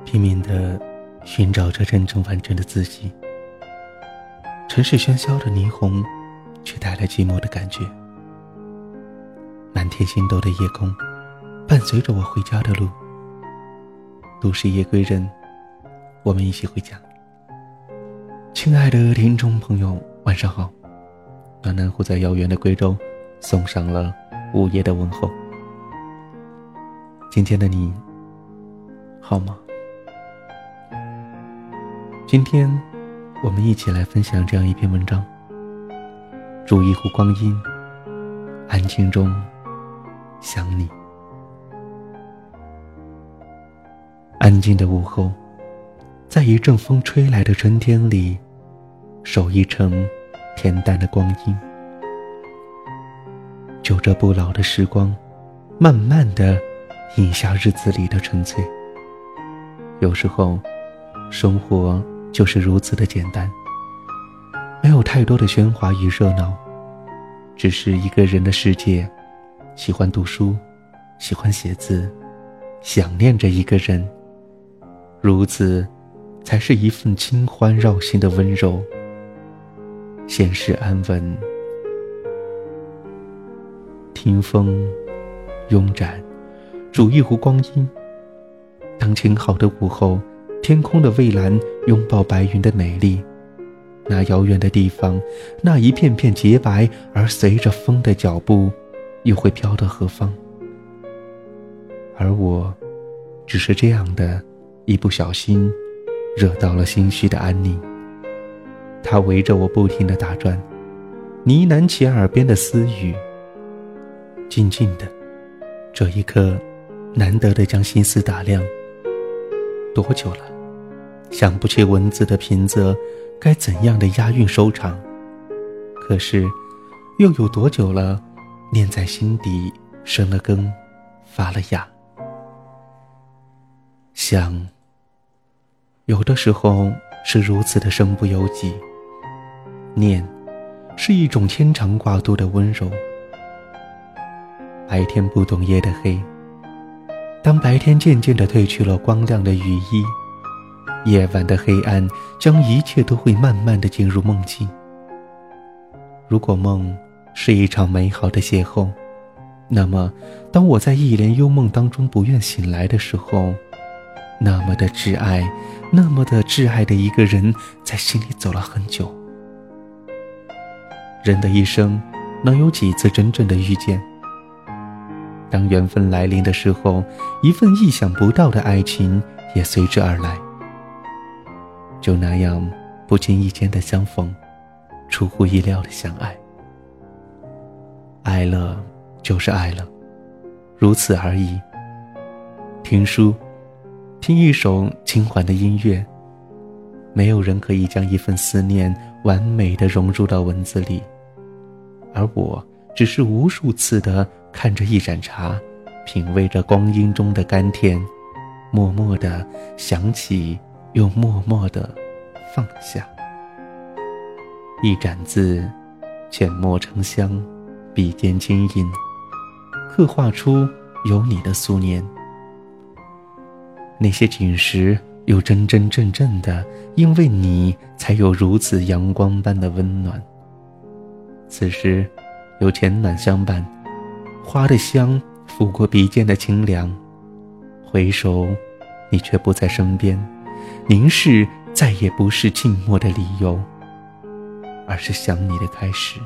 拼命地寻找着真正完整的自己。城市喧嚣的霓虹却带来寂寞的感觉。满天星斗的夜空伴随着我回家的路。都市夜归人，我们一起回家。亲爱的听众朋友，晚上好。暖男虎在遥远的贵州送上了午夜的问候。今天的你好吗？今天我们一起来分享这样一篇文章，煮一壶光阴，安静中想你。安静的午后，在一阵风吹来的春天里，守一程恬淡的光阴。就这不老的时光，慢慢地饮下日子里的纯粹。有时候生活就是如此的简单，没有太多的喧哗与热闹，只是一个人的世界，喜欢读书，喜欢写字，想念着一个人，如此才是一份清欢绕心的温柔。现世安稳，听风慵展，煮一壶光阴。当晴好的午后，天空的蔚蓝拥抱白云的美丽，那遥远的地方，那一片片洁白，而随着风的脚步又会飘到何方？而我只是这样的一不小心惹到了心绪的安宁。它围着我不停地打转，呢喃起耳边的私语。静静的，这一刻难得地将心思打量。多久了，想不起文字的平仄该怎样的押韵收场。可是又有多久了，念在心底生了根，发了芽。想有的时候是如此的身不由己，念是一种牵肠挂肚的温柔。白天不懂夜的黑，当白天渐渐地褪去了光亮的雨衣，夜晚的黑暗将一切都会慢慢地进入梦境。如果梦是一场美好的邂逅，那么当我在一帘幽梦当中不愿醒来的时候，那么的挚爱的一个人在心里走了很久。人的一生能有几次真正的遇见？当缘分来临的时候，一份意想不到的爱情也随之而来。就那样不经意间的相逢，出乎意料的相爱。爱了就是爱了，如此而已。听书，听一首轻缓的音乐，没有人可以将一份思念完美地融入到文字里，而我只是无数次地看着一盏茶，品味着光阴中的甘甜，默默地想起，又默默地放下。一盏字，浅墨成香，笔尖轻吟，刻画出有你的素年。那些景时又真真正正的因为你才有如此阳光般的温暖。此时有浅暖相伴，花的香拂过鼻尖的清凉，回首你却不在身边，凝视再也不是静默的理由，而是想你的开始。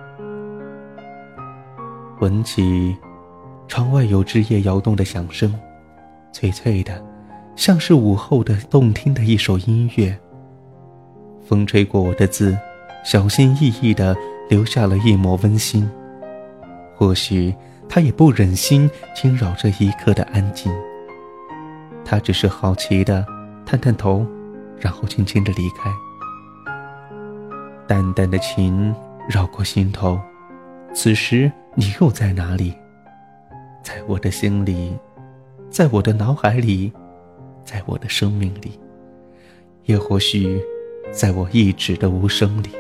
闻起窗外有枝叶摇动的响声，脆脆的，像是午后的动听的一首音乐。风吹过我的字，小心翼翼地留下了一抹温馨。或许他也不忍心惊扰这一刻的安静，他只是好奇地探探头，然后轻轻地离开。淡淡的情绕过心头，此时你又在哪里？在我的心里，在我的脑海里，在我的生命里，也或许在我一直的无声里。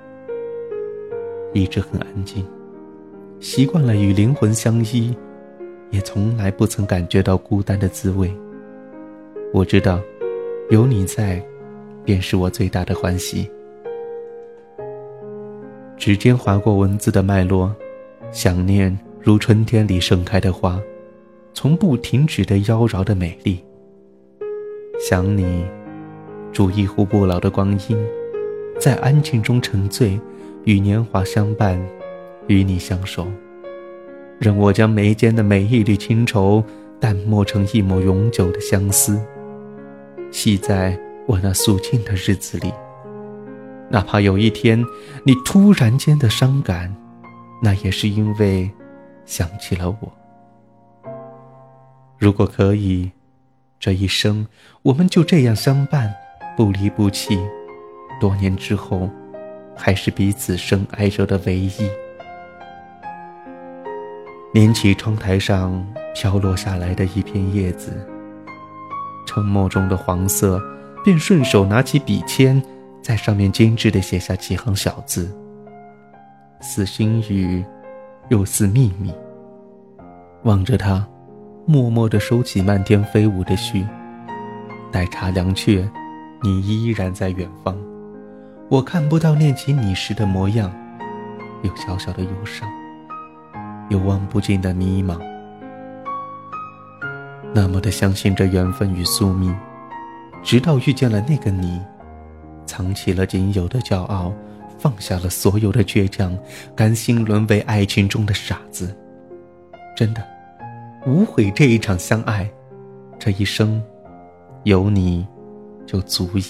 一直很安静，习惯了与灵魂相依，也从来不曾感觉到孤单的滋味。 我知道，有你在，便是我最大的欢喜。指尖划过文字的脉络，想念如春天里盛开的花，从不停止的妖娆的美丽。想你，煮一壶不老的光阴，在安静中沉醉，与年华相伴，与你相守。任我将眉间的每一缕情愁淡漠成一抹永久的相思，系在我那肃静的日子里。哪怕有一天你突然间的伤感，那也是因为想起了我。如果可以，这一生我们就这样相伴，不离不弃，多年之后还是彼此深爱着的唯一。捻起窗台上飘落下来的一片叶子，沉默中的黄色，便顺手拿起笔签，在上面精致地写下几行小字，似心语，又似秘密。望着它，默默地收起漫天飞舞的絮，待茶凉却，你依然在远方。我看不到念起你时的模样，有小小的忧伤，有望不尽的迷茫。那么的相信着缘分与宿命，直到遇见了那个你，藏起了仅有的骄傲，放下了所有的倔强，甘心沦为爱情中的傻子。真的，无悔这一场相爱，这一生有你就足矣。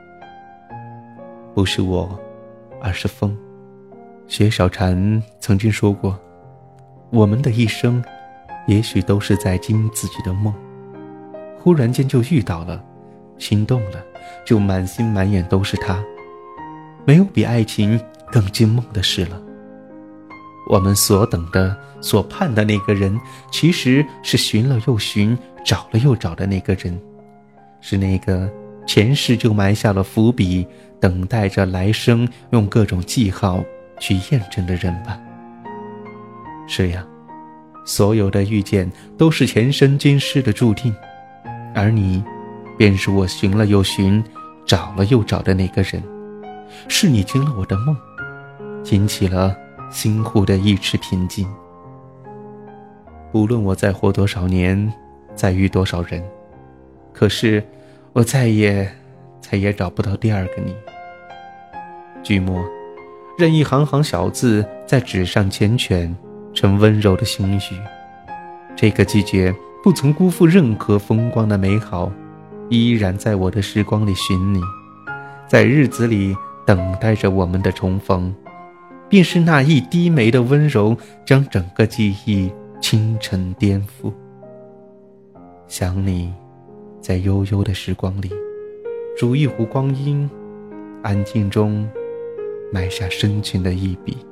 不是我，而是风。薛小禅曾经说过，我们的一生也许都是在经自己的梦，忽然间就遇到了，心动了，就满心满眼都是他。没有比爱情更惊梦的事了。我们所等的，所盼的那个人，其实是寻了又寻，找了又找的那个人，是那个前世就埋下了伏笔，等待着来生用各种记号去验证的人吧。是呀，所有的遇见都是前生今世的注定，而你便是我寻了又寻，找了又找的那个人。是你惊了我的梦，惊起了心湖的一池平静。不论我再活多少年，再遇多少人，可是我再也找不到第二个你。句末，任一行行小字在纸上缱绻成温柔的心语。这个季节不曾辜负任何风光的美好，依然在我的时光里寻你，在日子里等待着我们的重逢。便是那一滴眉的温柔，将整个记忆倾城颠覆。想你，在悠悠的时光里，煮一壶光阴，安静中埋下深情的一笔。